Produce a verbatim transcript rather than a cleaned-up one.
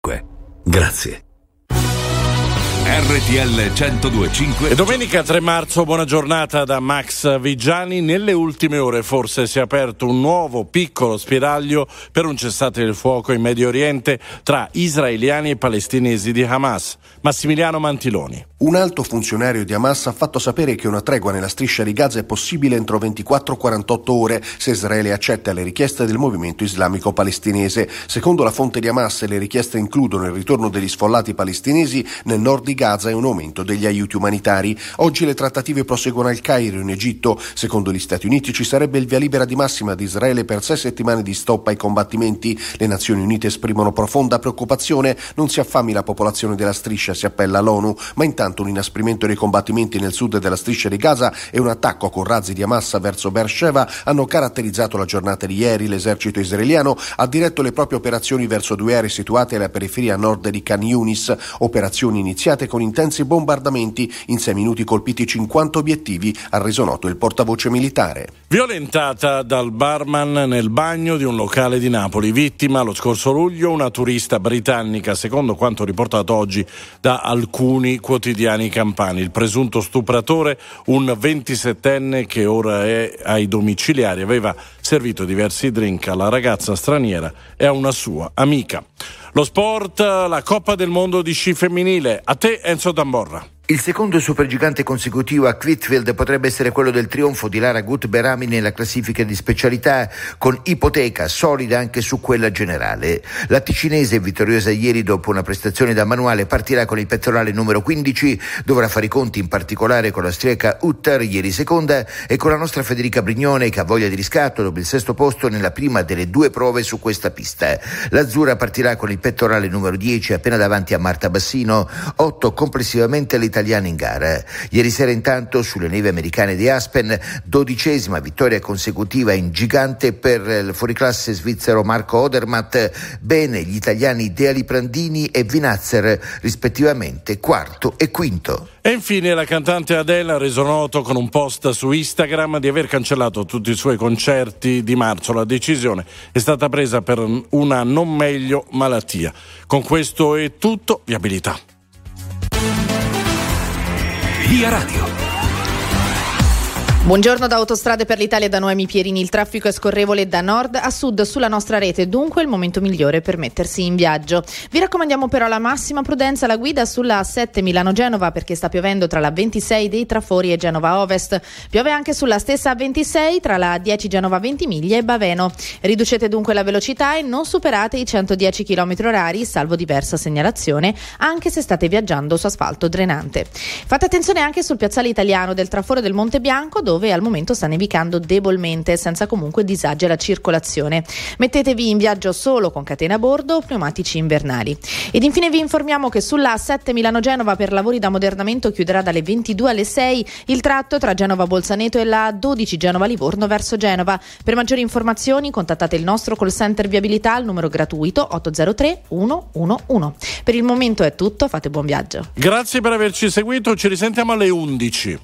Grazie. R T L centodue e cinque. E domenica tre marzo, buona giornata da Max Vigiani. Nelle ultime ore forse si è aperto un nuovo piccolo spiraglio per un cessate il fuoco in Medio Oriente tra israeliani e palestinesi di Hamas. Massimiliano Mantiloni. Un alto funzionario di Hamas ha fatto sapere che una tregua nella striscia di Gaza è possibile entro ventiquattro quarantotto ore se Israele accetta le richieste del movimento islamico palestinese. Secondo la fonte di Hamas, le richieste includono il ritorno degli sfollati palestinesi nel nord di Gaza e un aumento degli aiuti umanitari. Oggi le trattative proseguono al Cairo, in Egitto. Secondo gli Stati Uniti ci sarebbe il via libera di massima di Israele per sei settimane di stop ai combattimenti. Le Nazioni Unite esprimono profonda preoccupazione. Non si affami la popolazione della striscia, si appella l'ONU, ma intanto un inasprimento dei combattimenti nel sud della striscia di Gaza e un attacco con razzi di Hamas verso Beersheva hanno caratterizzato la giornata di ieri. L'esercito israeliano ha diretto le proprie operazioni verso due aree situate alla periferia nord di Khan Yunis, operazioni iniziate con intensi bombardamenti. In sei minuti colpiti cinquanta obiettivi, ha reso noto il portavoce militare. Violentata dal barman nel bagno di un locale di Napoli. Vittima lo scorso luglio una turista britannica, secondo quanto riportato oggi da alcuni quotidiani campani. Il presunto stupratore, un ventisettenne che ora è ai domiciliari, aveva servito diversi drink alla ragazza straniera e a una sua amica. Lo sport, la Coppa del Mondo di sci femminile. A te Enzo Tamborra. Il secondo supergigante consecutivo a Quitfield potrebbe essere quello del trionfo di Lara Gut-Berami nella classifica di specialità, con ipoteca solida anche su quella generale. La ticinese, vittoriosa ieri dopo una prestazione da manuale, partirà con il pettorale numero quindici, dovrà fare i conti in particolare con l'austriaca Utter, ieri seconda, e con la nostra Federica Brignone, che ha voglia di riscatto dopo il sesto posto nella prima delle due prove su questa pista. L'azzurra partirà con il pettorale numero dieci, appena davanti a Marta Bassino, otto complessivamente l'italiana in gara. Ieri sera intanto sulle nevi americane di Aspen, dodicesima vittoria consecutiva in gigante per il fuoriclasse svizzero Marco Odermatt. Bene gli italiani Deali Prandini e Vinazzer, rispettivamente quarto e quinto. E infine la cantante Adele ha reso noto con un post su Instagram di aver cancellato tutti i suoi concerti di marzo. La decisione è stata presa per una non meglio malattia. Con questo è tutto. Viabilità. Via Radio. Buongiorno da Autostrade per l'Italia, da Noemi Pierini. Il traffico è scorrevole da nord a sud sulla nostra rete, dunque il momento migliore per mettersi in viaggio. Vi raccomandiamo però la massima prudenza alla guida sulla A sette Milano-Genova, perché sta piovendo tra la ventisei dei Trafori e Genova Ovest. Piove anche sulla stessa A ventisei tra la A dieci Genova Ventimiglia e Baveno. Riducete dunque la velocità e non superate i centodieci chilometri orari, salvo diversa segnalazione, anche se state viaggiando su asfalto drenante. Fate attenzione anche sul piazzale italiano del Traforo del Monte Bianco, dove al momento sta nevicando debolmente, senza comunque disagi alla circolazione. Mettetevi in viaggio solo con catena a bordo o pneumatici invernali. Ed infine vi informiamo che sulla A sette Milano-Genova per lavori d'ammodernamento chiuderà dalle ventidue alle sei il tratto tra Genova Bolzaneto e la A dodici Genova Livorno verso Genova. Per maggiori informazioni contattate il nostro call center viabilità al numero gratuito otto zero tre uno uno uno. Per il momento è tutto, fate buon viaggio. Grazie per averci seguito, ci risentiamo alle undici.